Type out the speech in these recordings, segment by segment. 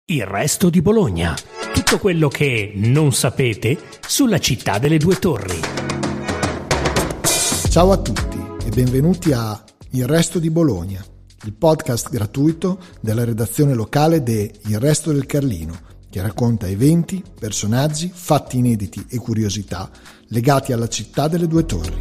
Il resto di Bologna. Tutto quello che non sapete sulla città delle due torri. Ciao a tutti e benvenuti a Il resto di Bologna, il podcast gratuito della redazione locale de Il resto del Carlino, che racconta eventi, personaggi, fatti inediti e curiosità legati alla città delle due torri.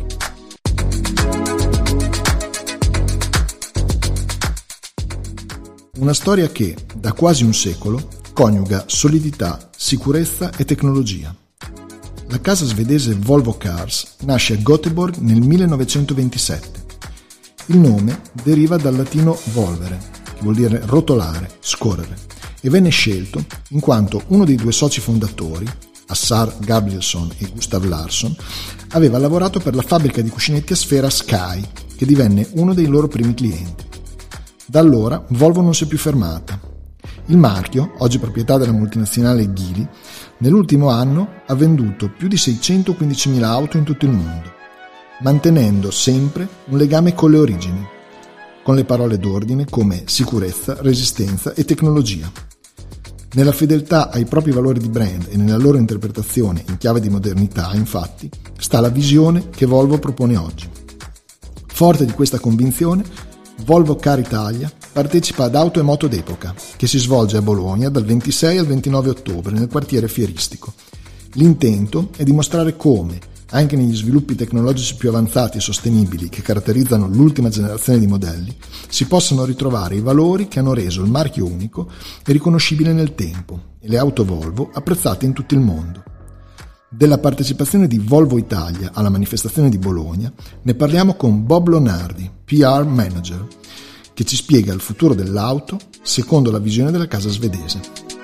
Una storia che, da quasi un secolo, coniuga solidità, sicurezza e tecnologia. La casa svedese Volvo Cars nasce a Göteborg nel 1927. Il nome deriva dal latino volvere, che vuol dire rotolare, scorrere, e venne scelto in quanto uno dei due soci fondatori, Assar Gabrielsson e Gustav Larsson, aveva lavorato per la fabbrica di cuscinetti a sfera Sky, che divenne uno dei loro primi clienti. Da allora Volvo non si è più fermata. Il marchio, oggi proprietà della multinazionale Geely, nell'ultimo anno ha venduto più di 615.000 auto in tutto il mondo, mantenendo sempre un legame con le origini, con le parole d'ordine come sicurezza, resistenza e tecnologia. Nella fedeltà ai propri valori di brand e nella loro interpretazione in chiave di modernità, infatti, sta la visione che Volvo propone oggi. Forte di questa convinzione, Volvo Car Italia partecipa ad Auto e Moto d'Epoca, che si svolge a Bologna dal 26 al 29 ottobre nel quartiere fieristico. L'intento è dimostrare come, anche negli sviluppi tecnologici più avanzati e sostenibili che caratterizzano l'ultima generazione di modelli, si possano ritrovare i valori che hanno reso il marchio unico e riconoscibile nel tempo e le auto Volvo apprezzate in tutto il mondo. Della partecipazione di Volvo Italia alla manifestazione di Bologna ne parliamo con Bob Lonardi, PR Manager, che ci spiega il futuro dell'auto secondo la visione della casa svedese.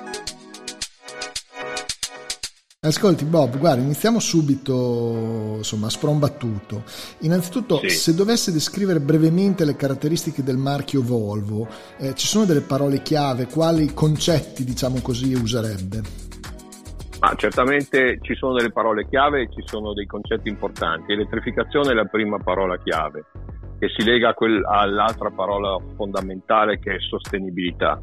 Ascolti Bob, guarda, iniziamo subito, a sprombattuto. Innanzitutto, sì. Se dovesse descrivere brevemente le caratteristiche del marchio Volvo, ci sono delle parole chiave, quali concetti, diciamo così, userebbe? Certamente ci sono delle parole chiave e ci sono dei concetti importanti. Elettrificazione è la prima parola chiave, che si lega all'altra parola fondamentale che è sostenibilità.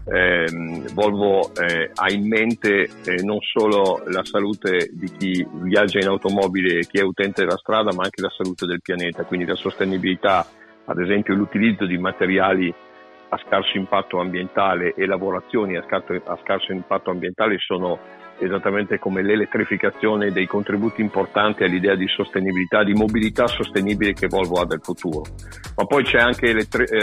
Volvo ha in mente non solo la salute di chi viaggia in automobile e chi è utente della strada, ma anche la salute del pianeta, quindi la sostenibilità, ad esempio l'utilizzo di materiali a scarso impatto ambientale e lavorazioni a scarso impatto ambientale sono esattamente come l'elettrificazione dei contributi importanti all'idea di sostenibilità, di mobilità sostenibile che Volvo ha del futuro. Ma poi c'è anche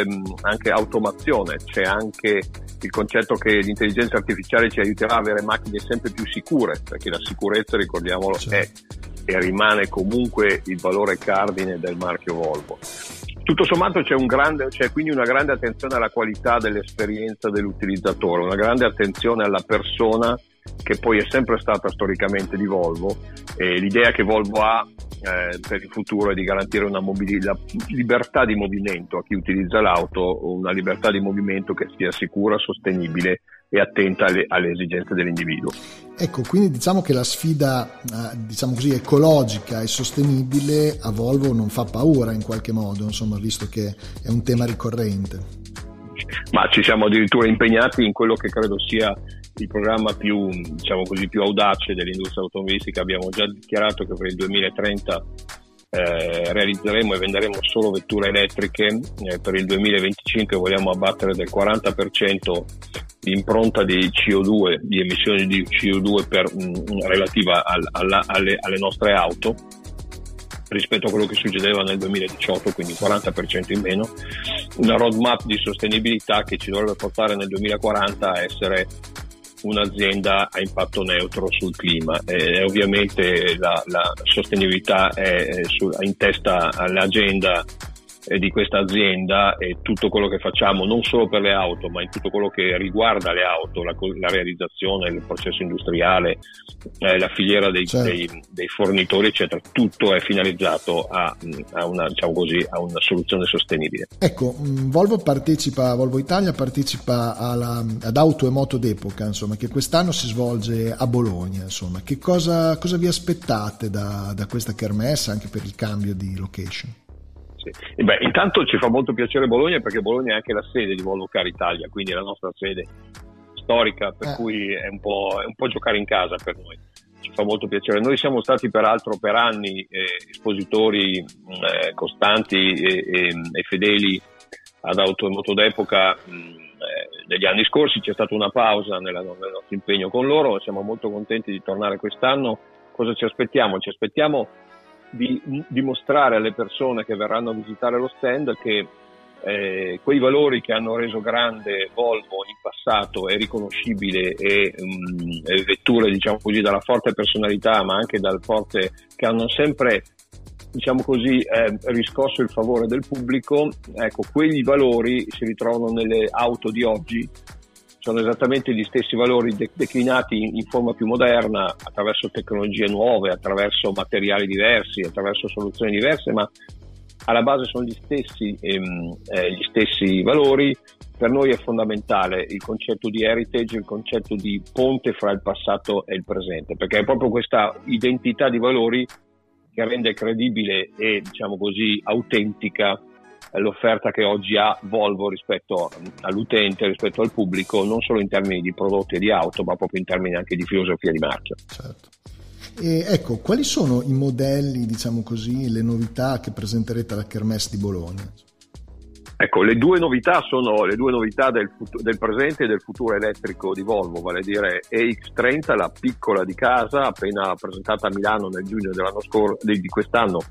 automazione, c'è anche il concetto che l'intelligenza artificiale ci aiuterà a avere macchine sempre più sicure, perché la sicurezza, ricordiamolo, è e rimane comunque il valore cardine del marchio Volvo. Tutto sommato c'è quindi una grande attenzione alla qualità dell'esperienza dell'utilizzatore, una grande attenzione alla persona che poi è sempre stata storicamente di Volvo, e l'idea che Volvo ha per il futuro è di garantire una libertà di movimento a chi utilizza l'auto, una libertà di movimento che sia sicura, sostenibile e attenta alle esigenze dell'individuo. Ecco, quindi diciamo che la sfida ecologica e sostenibile a Volvo non fa paura in qualche modo, visto che è un tema ricorrente. Ma ci siamo addirittura impegnati in quello che credo sia il programma più audace dell'industria automobilistica. Abbiamo già dichiarato che per il 2030 realizzeremo e venderemo solo vetture elettriche. Per il 2025 vogliamo abbattere del 40% l'impronta di CO2, di emissioni di CO2 relativa alle nostre auto rispetto a quello che succedeva nel 2018, quindi 40% in meno. Una roadmap di sostenibilità che ci dovrebbe portare nel 2040 a essere un'azienda a impatto neutro sul clima. Ovviamente la sostenibilità è in testa all'agenda di questa azienda, e tutto quello che facciamo non solo per le auto ma in tutto quello che riguarda le auto, la realizzazione, il processo industriale, la filiera dei fornitori eccetera, tutto è finalizzato a una soluzione sostenibile. Ecco, Volvo Italia partecipa ad Auto e Moto d'Epoca, che quest'anno si svolge a Bologna. Che cosa vi aspettate da questa kermesse, anche per il cambio di location? Sì. Intanto ci fa molto piacere Bologna, perché Bologna è anche la sede di Volvo Car Italia, quindi la nostra sede storica, per cui è un po' giocare in casa per noi. Ci fa molto piacere. Noi siamo stati peraltro per anni espositori costanti e fedeli ad Auto e Moto d'Epoca. Negli anni scorsi c'è stata una pausa nel nostro impegno con loro, siamo molto contenti di tornare quest'anno. Cosa ci aspettiamo? Ci aspettiamo di dimostrare alle persone che verranno a visitare lo stand che quei valori che hanno reso grande Volvo in passato e riconoscibile e vetture, diciamo così, dalla forte personalità, ma anche dal forte, che hanno sempre, diciamo così, riscosso il favore del pubblico. Ecco, quei valori si ritrovano nelle auto di oggi, sono esattamente gli stessi valori declinati in forma più moderna, attraverso tecnologie nuove, attraverso materiali diversi, attraverso soluzioni diverse, ma alla base sono gli stessi valori. Per noi è fondamentale il concetto di heritage, il concetto di ponte fra il passato e il presente, perché è proprio questa identità di valori che rende credibile e, diciamo così, autentica l'offerta che oggi ha Volvo rispetto all'utente, rispetto al pubblico, non solo in termini di prodotti e di auto, ma proprio in termini anche di filosofia di marchio. Certo. E ecco, quali sono i modelli, diciamo così, le novità che presenterete alla Kermesse di Bologna? Ecco, le due novità sono le due novità del presente e del futuro elettrico di Volvo, vale a dire EX30, la piccola di casa, appena presentata a Milano nel giugno dell'anno scorso, di quest'anno,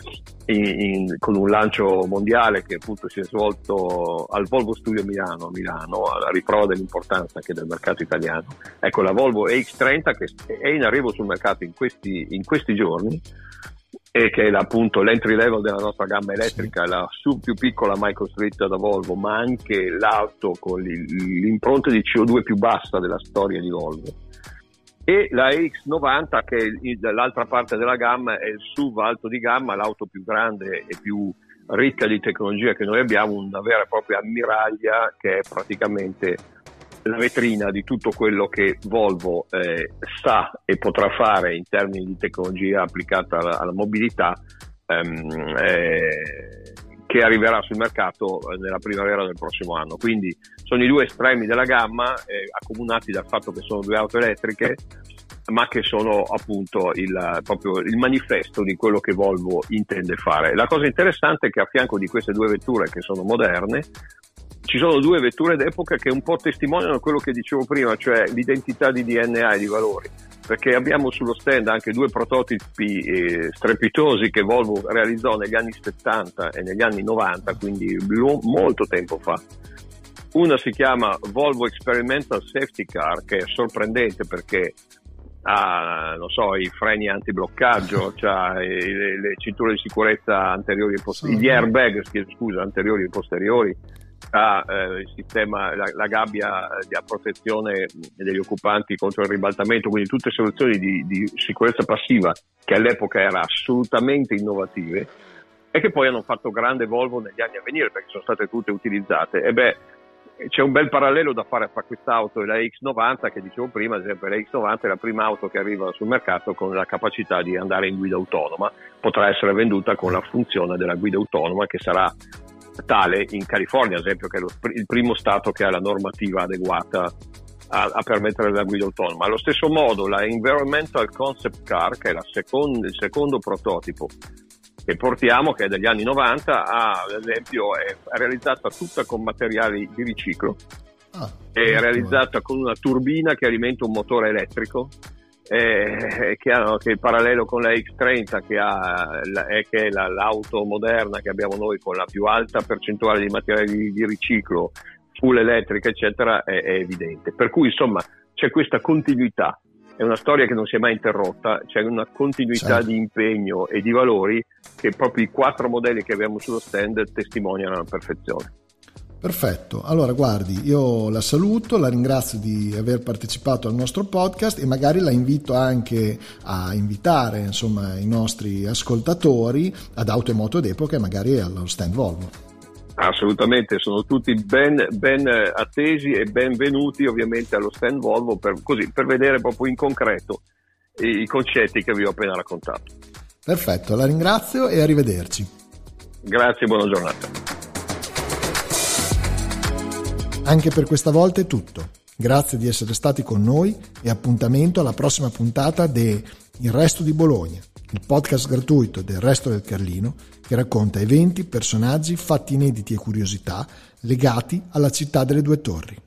con un lancio mondiale che appunto si è svolto al Volvo Studio Milano, a riprova dell'importanza anche del mercato italiano. Ecco, la Volvo EX30 che è in arrivo sul mercato in questi giorni, e che è appunto l'entry level della nostra gamma elettrica, la più piccola mai costruita da Volvo, ma anche l'auto con l'impronta di CO2 più bassa della storia di Volvo. E la X90, che è l'altra parte della gamma, è il SUV alto di gamma, l'auto più grande e più ricca di tecnologia che noi abbiamo, una vera e propria ammiraglia che è praticamente la vetrina di tutto quello che Volvo sa e potrà fare in termini di tecnologia applicata alla mobilità, che arriverà sul mercato nella primavera del prossimo anno. Quindi sono i due estremi della gamma, accomunati dal fatto che sono due auto elettriche, ma che sono appunto proprio il manifesto di quello che Volvo intende fare. La cosa interessante è che a fianco di queste due vetture che sono moderne ci sono due vetture d'epoca che un po' testimoniano quello che dicevo prima, cioè l'identità di DNA e di valori, perché abbiamo sullo stand anche due prototipi strepitosi che Volvo realizzò negli anni 70 e negli anni 90, quindi molto tempo fa. Una si chiama Volvo Experimental Safety Car, che è sorprendente perché ha, non so, i freni antibloccaggio, c'ha le cinture di sicurezza anteriori e posteriori, gli airbag, anteriori e posteriori, ha il sistema, la gabbia di protezione degli occupanti contro il ribaltamento, quindi tutte soluzioni di sicurezza passiva che all'epoca era assolutamente innovative e che poi hanno fatto grande Volvo negli anni a venire perché sono state tutte utilizzate. C'è un bel parallelo da fare fra quest'auto e la X90 che dicevo prima. Ad esempio la X90 è la prima auto che arriva sul mercato con la capacità di andare in guida autonoma, potrà essere venduta con la funzione della guida autonoma, che sarà tale in California, ad esempio, che è il primo stato che ha la normativa adeguata a permettere la guida autonoma. Allo stesso modo la Environmental Concept Car, che è il secondo prototipo che portiamo, che è degli anni 90, ad esempio è realizzata tutta con materiali di riciclo, è realizzata con una turbina che alimenta un motore elettrico, che è parallelo con la X30 che è l'auto moderna che abbiamo noi con la più alta percentuale di materiali di riciclo, full elettrica eccetera, è evidente. Per cui insomma c'è questa continuità, è una storia che non si è mai interrotta, c'è una continuità di impegno e di valori che proprio i 4 modelli che abbiamo sullo stand testimoniano alla perfezione. Perfetto, allora guardi, io la saluto, la ringrazio di aver partecipato al nostro podcast e magari la invito anche a invitare insomma i nostri ascoltatori ad Auto e Moto d'Epoca e magari allo stand Volvo. Assolutamente, sono tutti ben attesi e benvenuti ovviamente allo stand Volvo per vedere proprio in concreto i concetti che vi ho appena raccontato. Perfetto, la ringrazio e arrivederci. Grazie, buona giornata. Anche per questa volta è tutto. Grazie di essere stati con noi e appuntamento alla prossima puntata de Il Resto di Bologna, il podcast gratuito del Resto del Carlino che racconta eventi, personaggi, fatti inediti e curiosità legati alla città delle due torri.